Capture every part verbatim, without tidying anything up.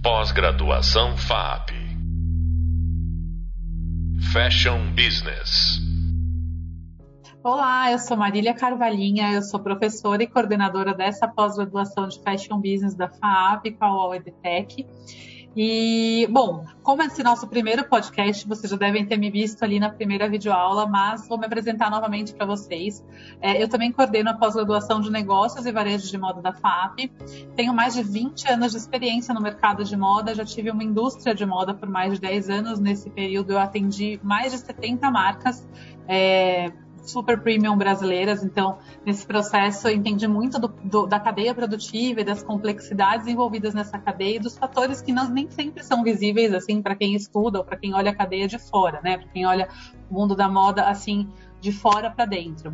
Pós-graduação F A P. Fashion Business. Olá, eu sou Marília Carvalhinha, eu sou professora e coordenadora dessa pós-graduação de Fashion Business da F A P com a U O L EdTech. E, bom, como esse nosso primeiro podcast, vocês já devem ter me visto ali na primeira videoaula, mas vou me apresentar novamente para vocês. É, eu também coordeno a pós-graduação de Negócios e Varejo de Moda da F A P. Tenho mais de vinte anos de experiência no mercado de moda, já tive uma indústria de moda por mais de dez anos. Nesse período eu atendi mais de setenta marcas, é, super premium brasileiras, então nesse processo eu entendi muito do, do, da cadeia produtiva e das complexidades envolvidas nessa cadeia e dos fatores que não, nem sempre são visíveis assim para quem estuda ou para quem olha a cadeia de fora, né? Para quem olha o mundo da moda assim de fora para dentro.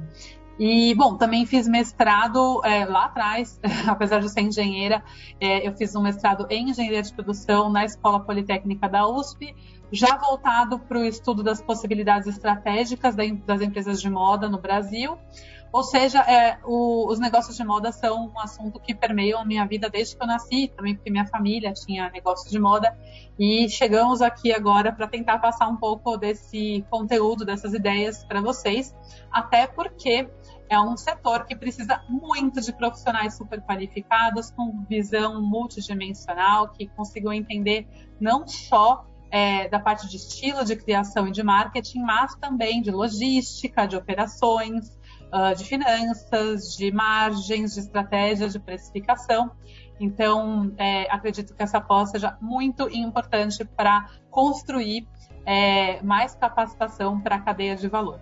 E, bom, também fiz mestrado é, lá atrás, apesar de ser engenheira, é, eu fiz um mestrado em engenharia de produção na Escola Politécnica da U S P, já voltado para o estudo das possibilidades estratégicas das empresas de moda no Brasil. Ou seja, é, o, os negócios de moda são um assunto que permeiam a minha vida desde que eu nasci, também porque minha família tinha negócios de moda, e chegamos aqui agora para tentar passar um pouco desse conteúdo, dessas ideias para vocês, até porque é um setor que precisa muito de profissionais super qualificados, com visão multidimensional, que consigam entender não só é, da parte de estilo, de criação e de marketing, mas também de logística, de operações, uh, de finanças, de margens, de estratégias, de precificação. Então, é, acredito que essa pós seja muito importante para construir é, mais capacitação para a cadeia de valor.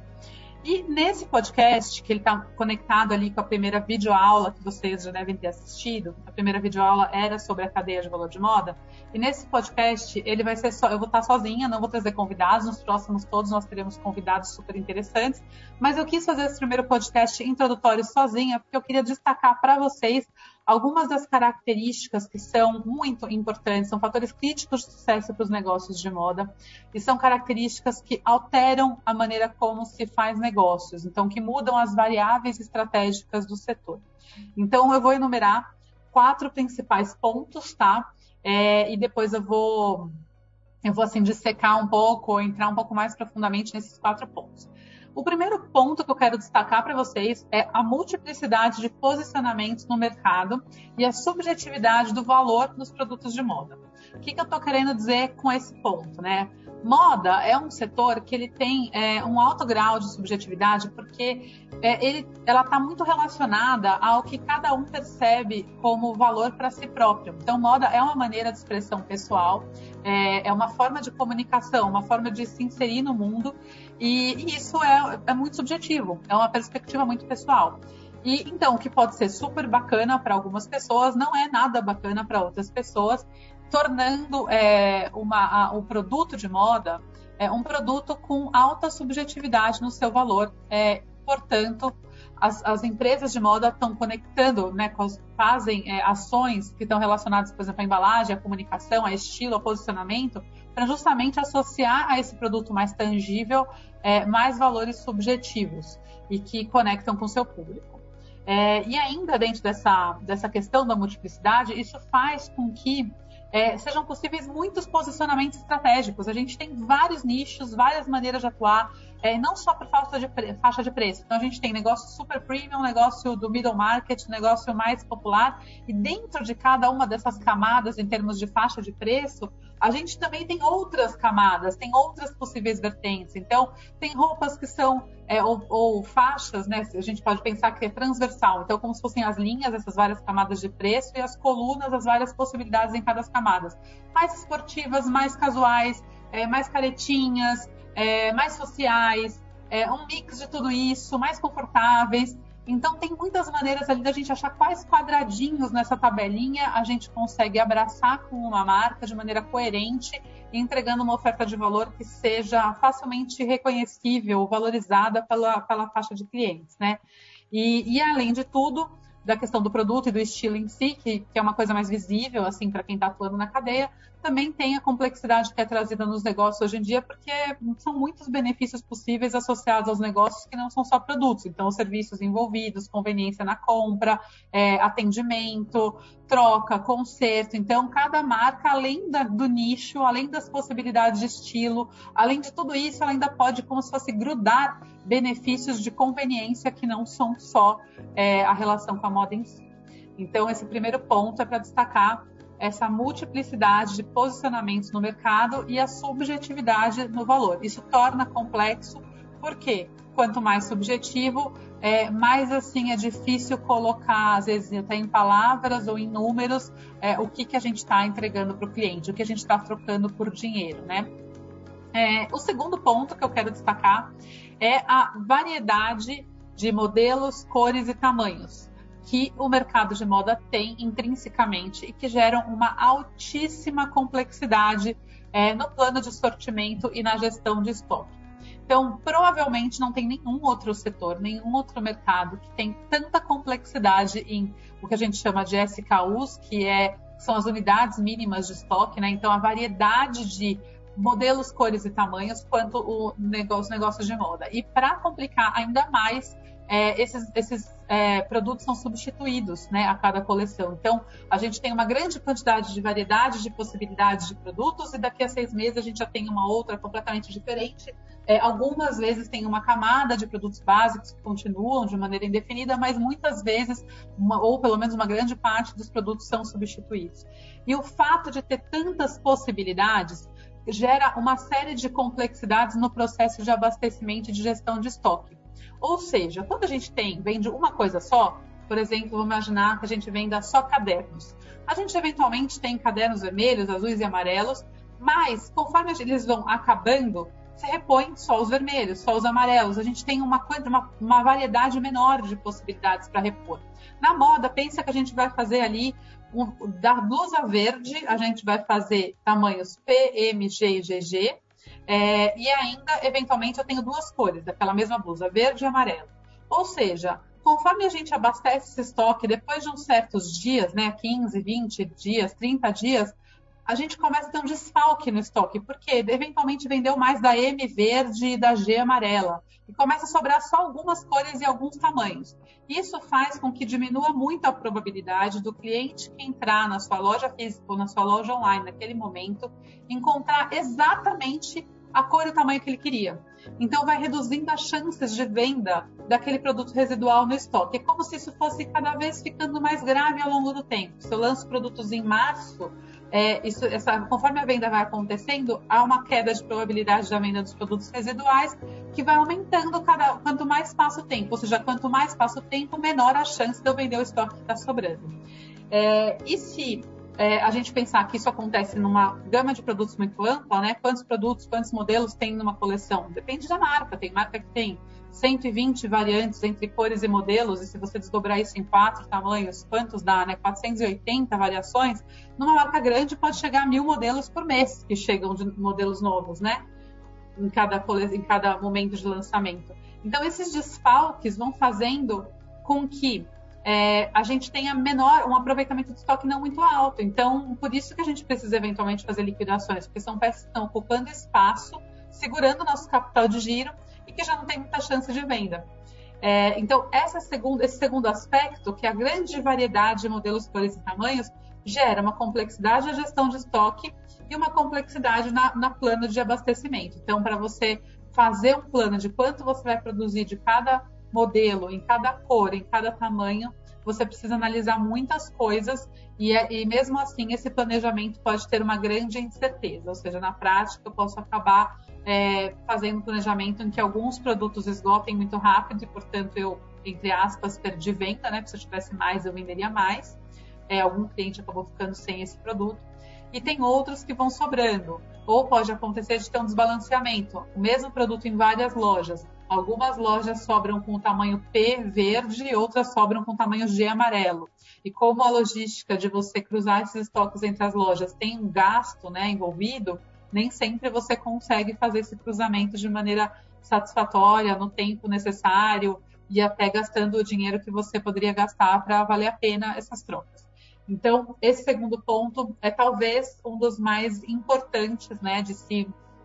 E nesse podcast, que ele está conectado ali com a primeira videoaula que vocês já devem ter assistido, a primeira videoaula era sobre a cadeia de valor de moda, e nesse podcast ele vai ser só, eu vou estar sozinha, não vou trazer convidados, nos próximos todos nós teremos convidados super interessantes, mas eu quis fazer esse primeiro podcast introdutório sozinha, porque eu queria destacar para vocês algumas das características que são muito importantes, são fatores críticos de sucesso para os negócios de moda, e são características que alteram a maneira como se faz negócios, então que mudam as variáveis estratégicas do setor. Então eu vou enumerar quatro principais pontos, tá? É, e depois eu vou, eu vou assim dissecar um pouco, entrar um pouco mais profundamente nesses quatro pontos. O primeiro ponto que eu quero destacar para vocês é a multiplicidade de posicionamentos no mercado e a subjetividade do valor dos produtos de moda. O que, que eu estou querendo dizer com esse ponto, né? Moda é um setor que ele tem é, um alto grau de subjetividade porque é, ele, ela está muito relacionada ao que cada um percebe como valor para si próprio. Então, moda é uma maneira de expressão pessoal, é, é uma forma de comunicação, uma forma de se inserir no mundo e, e isso é, é muito subjetivo, é uma perspectiva muito pessoal. E então, o que pode ser super bacana para algumas pessoas não é nada bacana para outras pessoas, tornando é, uma, a, o produto de moda é, um produto com alta subjetividade no seu valor. É, portanto, as, as empresas de moda estão conectando, né, fazem é, ações que estão relacionadas, por exemplo, à embalagem, à comunicação, a estilo, ao posicionamento, para justamente associar a esse produto mais tangível é, mais valores subjetivos e que conectam com o seu público. É, e ainda dentro dessa, dessa questão da multiplicidade, isso faz com que É, sejam possíveis muitos posicionamentos estratégicos. A gente tem vários nichos, várias maneiras de atuar, é, não só por faixa de, faixa de preço. Então, a gente tem negócio super premium, negócio do middle market, negócio mais popular, e dentro de cada uma dessas camadas, em termos de faixa de preço, a gente também tem outras camadas, tem outras possíveis vertentes. Então, tem roupas que são, é, ou, ou faixas, né? A gente pode pensar que é transversal. Então, como se fossem as linhas, essas várias camadas de preço, e as colunas, as várias possibilidades em cada camadas. Mais esportivas, mais casuais, é, mais caretinhas, é, mais sociais, é, um mix de tudo isso, mais confortáveis. Então, tem muitas maneiras ali da gente achar quais quadradinhos nessa tabelinha a gente consegue abraçar com uma marca de maneira coerente e entregando uma oferta de valor que seja facilmente reconhecível, valorizada pela, pela faixa de clientes, né? E, e além de tudo, da questão do produto e do estilo em si, que, que é uma coisa mais visível, assim, para quem está atuando na cadeia, também tem a complexidade que é trazida nos negócios hoje em dia, porque são muitos benefícios possíveis associados aos negócios que não são só produtos. Então, os serviços envolvidos, conveniência na compra, é, atendimento, troca, conserto. Então, cada marca, além da, do nicho, além das possibilidades de estilo, além de tudo isso, ela ainda pode, como se fosse, grudar benefícios de conveniência que não são só é, a relação com a moda em si. Então, esse primeiro ponto é para destacar essa multiplicidade de posicionamentos no mercado e a subjetividade no valor. Isso torna complexo, porque quanto mais subjetivo, é, mais assim é difícil colocar, às vezes até em palavras ou em números, é, o que, que a gente está entregando para o cliente, o que a gente está trocando por dinheiro, né? É, o segundo ponto que eu quero destacar é a variedade de modelos, cores e tamanhos que o mercado de moda tem intrinsecamente e que geram uma altíssima complexidade é, no plano de sortimento e na gestão de estoque. Então, provavelmente não tem nenhum outro setor, nenhum outro mercado que tem tanta complexidade em o que a gente chama de S K Us, que é, são as unidades mínimas de estoque, né? Então, a variedade de modelos, cores e tamanhos, quanto o negócio, os negócios de moda. E para complicar ainda mais, É, esses, esses é, produtos são substituídos, né, a cada coleção. Então, a gente tem uma grande quantidade de variedade, de possibilidades de produtos, e daqui a seis meses a gente já tem uma outra completamente diferente. É, algumas vezes tem uma camada de produtos básicos que continuam de maneira indefinida, mas muitas vezes, uma, ou pelo menos uma grande parte dos produtos são substituídos. E o fato de ter tantas possibilidades gera uma série de complexidades no processo de abastecimento e de gestão de estoque. Ou seja, quando a gente tem, vende uma coisa só, por exemplo, vamos imaginar que a gente venda só cadernos. A gente eventualmente tem cadernos vermelhos, azuis e amarelos, mas conforme eles vão acabando, se repõe só os vermelhos, só os amarelos. A gente tem uma, uma, uma variedade menor de possibilidades para repor. Na moda, pensa que a gente vai fazer ali, um, da blusa verde, a gente vai fazer tamanhos P, M, G e G G, É, e ainda, eventualmente, eu tenho duas cores, daquela mesma blusa, verde e amarelo. Ou seja, conforme a gente abastece esse estoque, depois de uns certos dias, né, quinze, vinte dias, trinta dias, a gente começa a ter um desfalque no estoque, porque eventualmente vendeu mais da M verde e da G amarela, e começa a sobrar só algumas cores e alguns tamanhos. Isso faz com que diminua muito a probabilidade do cliente que entrar na sua loja física ou na sua loja online naquele momento, encontrar exatamente a cor e o tamanho que ele queria. Então, vai reduzindo as chances de venda daquele produto residual no estoque. É como se isso fosse cada vez ficando mais grave ao longo do tempo. Se eu lanço produtos em março, é, isso, essa, conforme a venda vai acontecendo, há uma queda de probabilidade da venda dos produtos residuais que vai aumentando cada, quanto mais passa o tempo. Ou seja, quanto mais passa o tempo, menor a chance de eu vender o estoque que está sobrando. É, e se É, a gente pensar que isso acontece numa gama de produtos muito ampla, né? Quantos produtos, quantos modelos tem numa coleção? Depende da marca. Tem marca que tem cento e vinte variantes entre cores e modelos, e se você desdobrar isso em quatro tamanhos, quantos dá, né? quatrocentas e oitenta variações. Numa marca grande pode chegar a mil modelos por mês que chegam de modelos novos, né? Em cada, em cada momento de lançamento. Então, esses desfalques vão fazendo com que É, a gente tenha menor, um aproveitamento de estoque não muito alto. Então, por isso que a gente precisa eventualmente fazer liquidações, porque são peças que estão ocupando espaço, segurando o nosso capital de giro e que já não tem muita chance de venda. É, então, essa segunda, esse segundo aspecto, que é a grande variedade de modelos, cores e tamanhos, gera uma complexidade na gestão de estoque e uma complexidade na, na plano de abastecimento. Então, para você fazer um plano de quanto você vai produzir de cada modelo, em cada cor, em cada tamanho, você precisa analisar muitas coisas e, e mesmo assim esse planejamento pode ter uma grande incerteza, ou seja, na prática eu posso acabar é, fazendo um planejamento em que alguns produtos esgotem muito rápido e, portanto, eu, entre aspas, perdi venda, né? Porque se eu tivesse mais, eu venderia mais. É, algum cliente acabou ficando sem esse produto. E tem outros que vão sobrando. Ou pode acontecer de ter um desbalanceamento. O mesmo produto em várias lojas. Algumas lojas sobram com o tamanho P verde e outras sobram com o tamanho G amarelo. E como a logística de você cruzar esses estoques entre as lojas tem um gasto, né, envolvido, nem sempre você consegue fazer esse cruzamento de maneira satisfatória, no tempo necessário, e até gastando o dinheiro que você poderia gastar para valer a pena essas trocas. Então, esse segundo ponto é talvez um dos mais importantes, né, de se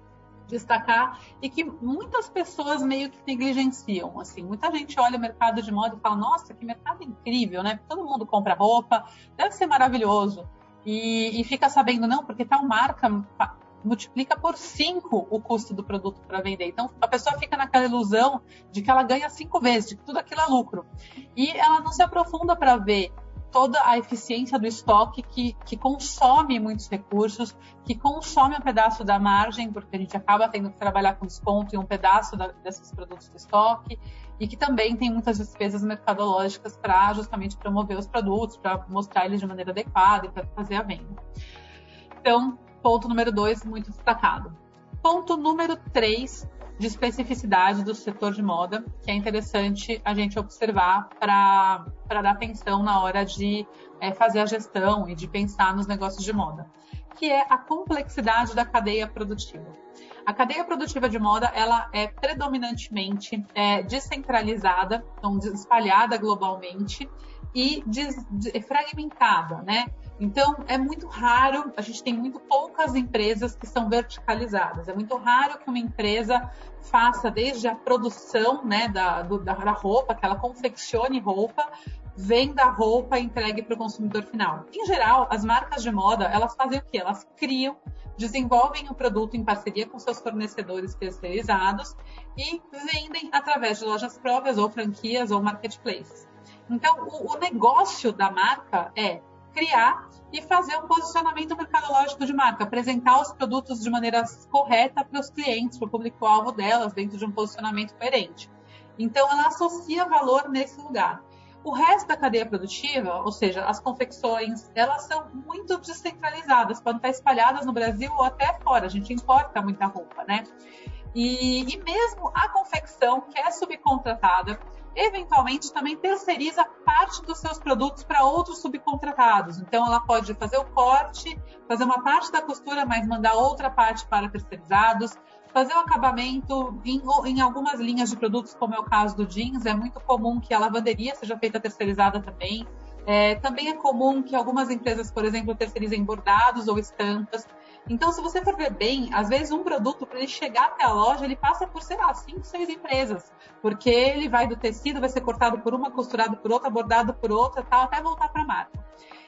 destacar e que muitas pessoas meio que negligenciam. Assim, muita gente olha o mercado de moda e fala, nossa, que mercado incrível, né? Todo mundo compra roupa, deve ser maravilhoso. E, e fica sabendo, não, porque tal marca multiplica por cinco o custo do produto para vender. Então, a pessoa fica naquela ilusão de que ela ganha cinco vezes, de que tudo aquilo é lucro. E ela não se aprofunda para ver toda a eficiência do estoque que, que consome muitos recursos, que consome um pedaço da margem, porque a gente acaba tendo que trabalhar com desconto em um pedaço da, desses produtos do estoque, e que também tem muitas despesas mercadológicas para justamente promover os produtos, para mostrar eles de maneira adequada e para fazer a venda. Então, ponto número dois, muito destacado. Ponto número três, de especificidade do setor de moda, que é interessante a gente observar para dar atenção na hora de é, fazer a gestão e de pensar nos negócios de moda, que é a complexidade da cadeia produtiva. A cadeia produtiva de moda, ela é predominantemente é, descentralizada, então espalhada globalmente e des, de, fragmentada, né? Então, é muito raro, a gente tem muito poucas empresas que são verticalizadas. É muito raro que uma empresa faça desde a produção, né, da, do, da roupa, que ela confeccione roupa, venda a roupa e entregue para o consumidor final. Em geral, as marcas de moda, elas fazem o quê? Elas criam, desenvolvem o produto em parceria com seus fornecedores terceirizados e vendem através de lojas próprias ou franquias ou marketplaces. Então, o, o negócio da marca é criar e fazer um posicionamento mercadológico de marca, apresentar os produtos de maneira correta para os clientes, para o público-alvo delas, dentro de um posicionamento coerente. Então, ela associa valor nesse lugar. O resto da cadeia produtiva, ou seja, as confecções, elas são muito descentralizadas, podem estar espalhadas no Brasil ou até fora, a gente importa muita roupa, né? E, e mesmo a confecção, que é subcontratada, eventualmente também terceiriza parte dos seus produtos para outros subcontratados. Então, ela pode fazer o corte, fazer uma parte da costura, mas mandar outra parte para terceirizados, fazer o acabamento em, em algumas linhas de produtos, como é o caso do jeans. É muito comum que a lavanderia seja feita terceirizada também. É, também é comum que algumas empresas, por exemplo, terceirizem bordados ou estampas. Então, se você for ver bem, às vezes um produto, para ele chegar até a loja, ele passa por, sei lá, cinco, seis empresas. Porque ele vai do tecido, vai ser cortado por uma, costurado por outra, bordado por outra, tal, até voltar para a marca.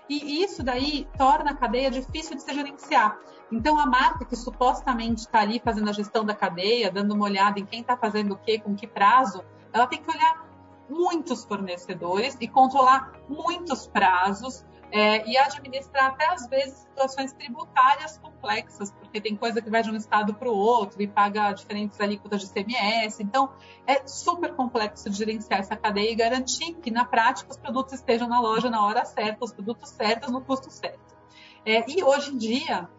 E isso daí torna a cadeia difícil de se gerenciar. Então, a marca que supostamente está ali fazendo a gestão da cadeia, dando uma olhada em quem está fazendo o quê, com que prazo, ela tem que olhar muitos fornecedores e controlar muitos prazos, É, e administrar até, às vezes, situações tributárias complexas, porque tem coisa que vai de um estado para o outro e paga diferentes alíquotas de I C M S. Então, é super complexo de gerenciar essa cadeia e garantir que, na prática, os produtos estejam na loja na hora certa, os produtos certos, no custo certo. É, e, hoje em dia,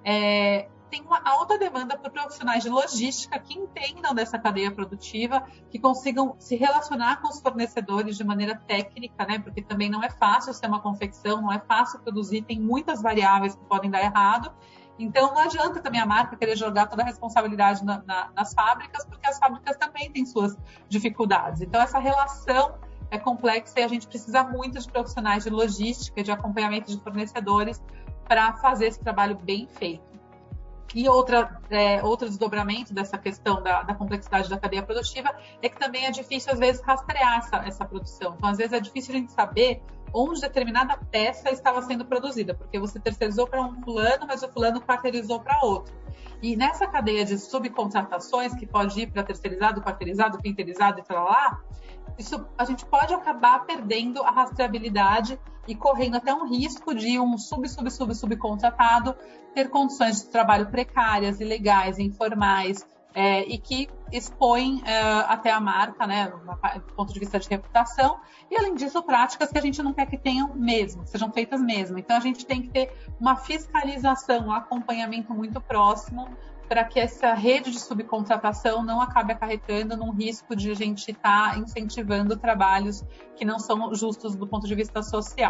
é, tem uma alta demanda por profissionais de logística que entendam dessa cadeia produtiva, que consigam se relacionar com os fornecedores de maneira técnica, né? Porque também não é fácil ser uma confecção, não é fácil produzir, tem muitas variáveis que podem dar errado. Então, não adianta também a marca querer jogar toda a responsabilidade na, na, nas fábricas, porque as fábricas também têm suas dificuldades. Então, essa relação é complexa e a gente precisa muito de profissionais de logística, de acompanhamento de fornecedores para fazer esse trabalho bem feito. E outra, é, outro desdobramento dessa questão da, da complexidade da cadeia produtiva é que também é difícil, às vezes, rastrear essa, essa produção. Então, às vezes, é difícil a gente saber onde determinada peça estava sendo produzida, porque você terceirizou para um fulano, mas o fulano quarteirizou para outro. E nessa cadeia de subcontratações, que pode ir para terceirizado, quarteirizado, quinteirizado e tal lá, isso, a gente pode acabar perdendo a rastreabilidade e correndo até um risco de um sub, sub, sub, subcontratado ter condições de trabalho precárias, ilegais, informais, é, e que expõem é, até a marca, né, do ponto de vista de reputação, e além disso, práticas que a gente não quer que tenham mesmo, que sejam feitas mesmo. Então, a gente tem que ter uma fiscalização, um acompanhamento muito próximo para que essa rede de subcontratação não acabe acarretando num risco de a gente estar tá incentivando trabalhos que não são justos do ponto de vista social.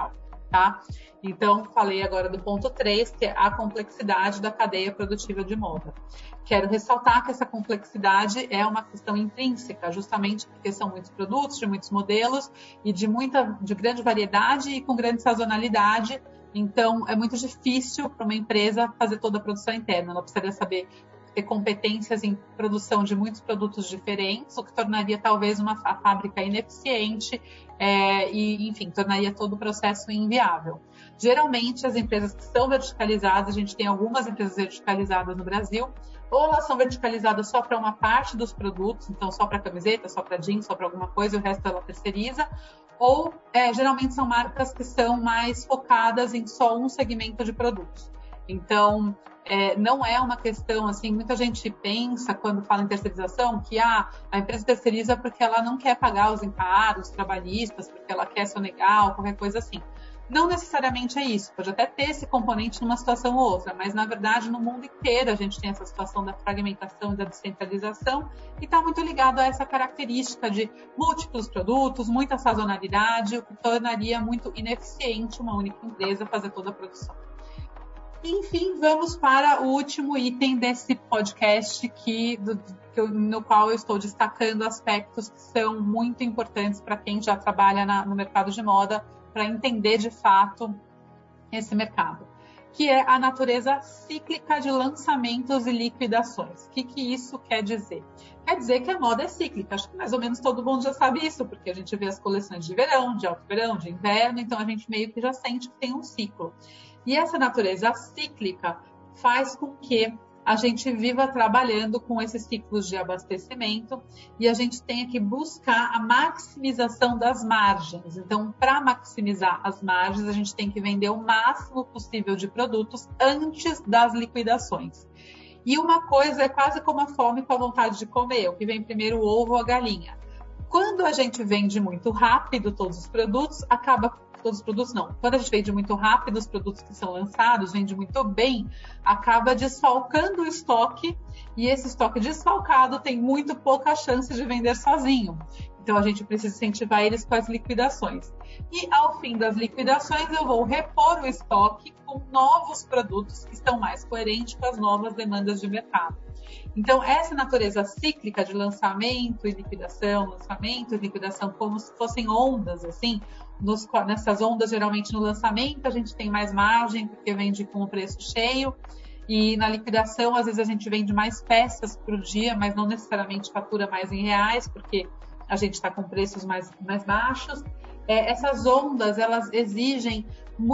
tá? Então, falei agora do ponto três, que é a complexidade da cadeia produtiva de moda. Quero ressaltar que essa complexidade é uma questão intrínseca, justamente porque são muitos produtos, de muitos modelos e de muita, de grande variedade e com grande sazonalidade. Então, é muito difícil para uma empresa fazer toda a produção interna. Ela precisaria saber ter competências em produção de muitos produtos diferentes, o que tornaria talvez uma fábrica ineficiente é, e, enfim, tornaria todo o processo inviável. Geralmente, as empresas que são verticalizadas, a gente tem algumas empresas verticalizadas no Brasil, ou elas são verticalizadas só para uma parte dos produtos, então só para camiseta, só para jeans, só para alguma coisa, e o resto ela terceiriza, ou é, geralmente são marcas que são mais focadas em só um segmento de produtos. Então, é, não é uma questão, assim, muita gente pensa quando fala em terceirização que ah, a empresa terceiriza porque ela não quer pagar os encargos trabalhistas, porque ela quer sonegar ou qualquer coisa assim. Não necessariamente é isso, pode até ter esse componente numa situação ou outra, mas na verdade no mundo inteiro a gente tem essa situação da fragmentação e da descentralização e está muito ligado a essa característica de múltiplos produtos, muita sazonalidade, o que tornaria muito ineficiente uma única empresa fazer toda a produção. Enfim, vamos para o último item desse podcast que, do, que eu, no qual eu estou destacando aspectos que são muito importantes para quem já trabalha na, no mercado de moda, para entender de fato esse mercado, que é a natureza cíclica de lançamentos e liquidações. O que, que isso quer dizer? Quer dizer que a moda é cíclica. Acho que mais ou menos todo mundo já sabe isso, porque a gente vê as coleções de verão, de alto verão, de inverno, então a gente meio que já sente que tem um ciclo. E essa natureza cíclica faz com que a gente viva trabalhando com esses ciclos de abastecimento e a gente tenha que buscar a maximização das margens. Então, para maximizar as margens, a gente tem que vender o máximo possível de produtos antes das liquidações. E uma coisa é quase como a fome com a vontade de comer, o que vem primeiro, o ovo ou a galinha. Quando a gente vende muito rápido todos os produtos, acaba... todos os produtos não. Quando a gente vende muito rápido, os produtos que são lançados, vende muito bem, acaba desfalcando o estoque e esse estoque desfalcado tem muito pouca chance de vender sozinho. Então, a gente precisa incentivar eles com as liquidações. E, ao fim das liquidações, eu vou repor o estoque com novos produtos que estão mais coerentes com as novas demandas de mercado. Então, essa natureza cíclica de lançamento e liquidação, lançamento e liquidação, como se fossem ondas, assim, nos, nessas ondas, geralmente no lançamento, a gente tem mais margem, porque vende com o preço cheio, e na liquidação, às vezes, a gente vende mais peças por dia, mas não necessariamente fatura mais em reais, porque a gente está com preços mais, mais baixos. É, essas ondas, elas exigem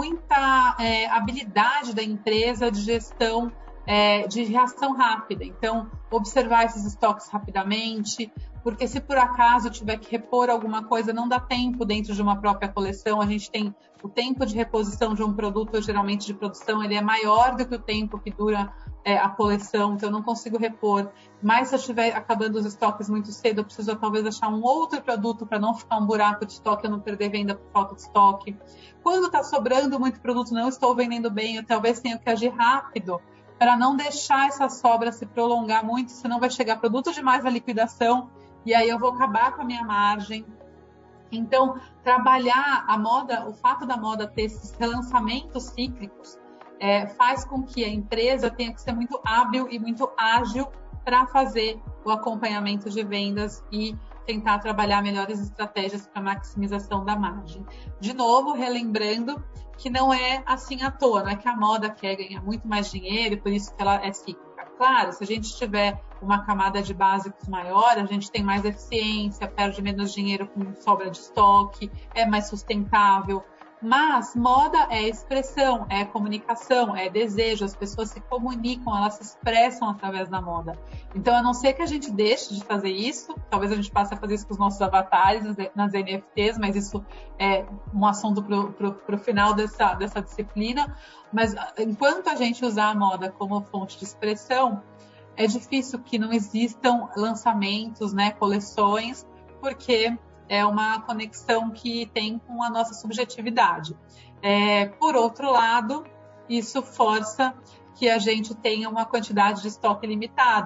muita é, habilidade da empresa de gestão, É, de reação rápida. Então, observar esses estoques rapidamente, porque se por acaso tiver que repor alguma coisa, não dá tempo dentro de uma própria coleção. A gente tem o tempo de reposição de um produto, geralmente de produção, ele é maior do que o tempo que dura é, a coleção, então eu não consigo repor. Mas se eu estiver acabando os estoques muito cedo, eu preciso talvez achar um outro produto para não ficar um buraco de estoque, eu não perder venda por falta de estoque. Quando está sobrando muito produto, não estou vendendo bem, eu talvez tenha que agir rápido para não deixar essa sobra se prolongar muito, senão vai chegar produto demais na liquidação e aí eu vou acabar com a minha margem. Então, trabalhar a moda, o fato da moda ter esses relançamentos cíclicos, é, faz com que a empresa tenha que ser muito hábil e muito ágil para fazer o acompanhamento de vendas e tentar trabalhar melhores estratégias para maximização da margem. De novo, relembrando que não é assim à toa, não é que a moda quer ganhar muito mais dinheiro e por isso que ela é cíclica. Claro, se a gente tiver uma camada de básicos maior, a gente tem mais eficiência, perde menos dinheiro com sobra de estoque, é mais sustentável. Mas moda é expressão, é comunicação, é desejo, as pessoas se comunicam, elas se expressam através da moda. Então, a não ser que a gente deixe de fazer isso, talvez a gente passe a fazer isso com os nossos avatares nas N F Ts, mas isso é um assunto para o final dessa, dessa disciplina. Mas enquanto a gente usar a moda como fonte de expressão, é difícil que não existam lançamentos, né, coleções, porque é uma conexão que tem com a nossa subjetividade. É, por outro lado, isso força que a gente tenha uma quantidade de estoque limitada.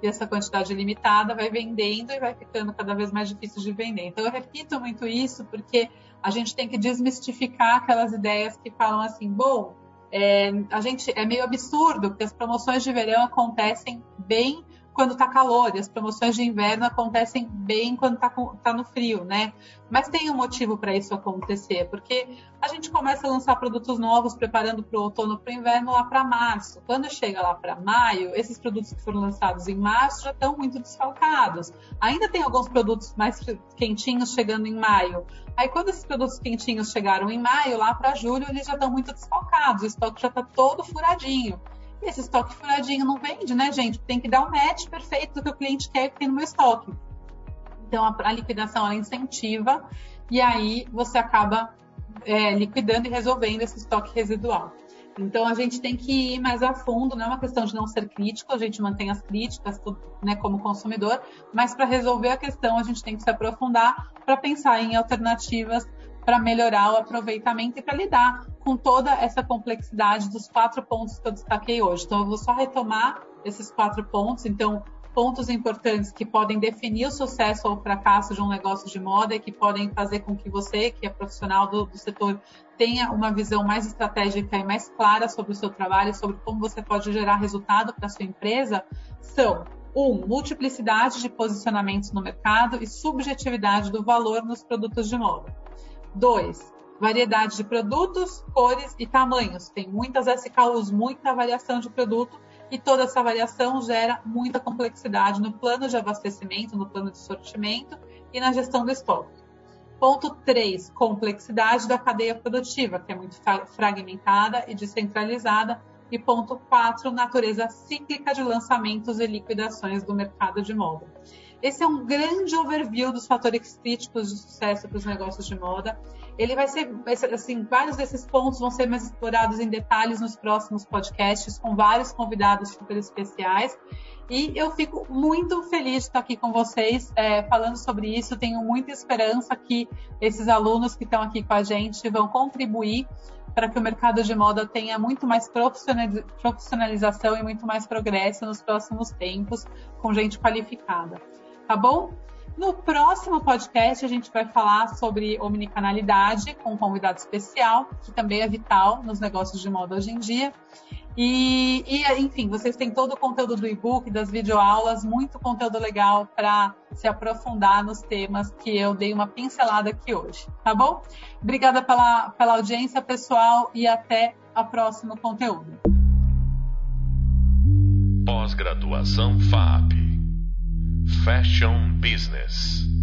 e essa quantidade limitada vai vendendo e vai ficando cada vez mais difícil de vender. Então eu repito muito isso porque a gente tem que desmistificar aquelas ideias que falam assim, bom, é, a gente é meio absurdo porque as promoções de verão acontecem bem quando está calor, e as promoções de inverno acontecem bem quando está tá no frio, né? Mas tem um motivo para isso acontecer, porque a gente começa a lançar produtos novos, preparando para o outono, para o inverno, lá para março. Quando chega lá para maio, esses produtos que foram lançados em março já estão muito desfalcados. Ainda tem alguns produtos mais quentinhos chegando em maio. Aí, quando esses produtos quentinhos chegaram em maio, lá para julho, eles já estão muito desfalcados, o estoque já está todo furadinho. Esse estoque furadinho não vende, né, gente? Tem que dar o match perfeito do que o cliente quer que tem no meu estoque. Então, a, a liquidação, ela incentiva e aí você acaba é, liquidando e resolvendo esse estoque residual. Então, a gente tem que ir mais a fundo, não é uma questão de não ser crítico, a gente mantém as críticas, tudo, né, como consumidor, mas para resolver a questão, a gente tem que se aprofundar para pensar em alternativas para melhorar o aproveitamento e para lidar com toda essa complexidade dos quatro pontos que eu destaquei hoje. Então, eu vou só retomar esses quatro pontos. Então, pontos importantes que podem definir o sucesso ou o fracasso de um negócio de moda e que podem fazer com que você, que é profissional do, do setor, tenha uma visão mais estratégica e mais clara sobre o seu trabalho, sobre como você pode gerar resultado para a sua empresa, são: um, multiplicidade de posicionamentos no mercado e subjetividade do valor nos produtos de moda. Dois, variedade de produtos, cores e tamanhos. Tem muitas S K Us, muita variação de produto e toda essa variação gera muita complexidade no plano de abastecimento, no plano de sortimento e na gestão do estoque. Ponto três, complexidade da cadeia produtiva, que é muito fragmentada e descentralizada. E ponto quatro, natureza cíclica de lançamentos e liquidações do mercado de moda. Esse é um grande overview dos fatores críticos de sucesso para os negócios de moda. Ele vai ser, assim, vários desses pontos vão ser mais explorados em detalhes nos próximos podcasts, com vários convidados super especiais. E eu fico muito feliz de estar aqui com vocês, é, falando sobre isso. Tenho muita esperança que esses alunos que estão aqui com a gente vão contribuir para que o mercado de moda tenha muito mais profissionalização e muito mais progresso nos próximos tempos, com gente qualificada. Tá bom? No próximo podcast, a gente vai falar sobre omnicanalidade com um convidado especial, que também é vital nos negócios de moda hoje em dia. E, e enfim, vocês têm todo o conteúdo do e-book, das videoaulas, muito conteúdo legal para se aprofundar nos temas que eu dei uma pincelada aqui hoje, tá bom? Obrigada pela, pela audiência, pessoal, e até o próximo conteúdo. Pós-graduação F A A P. Fashion Business.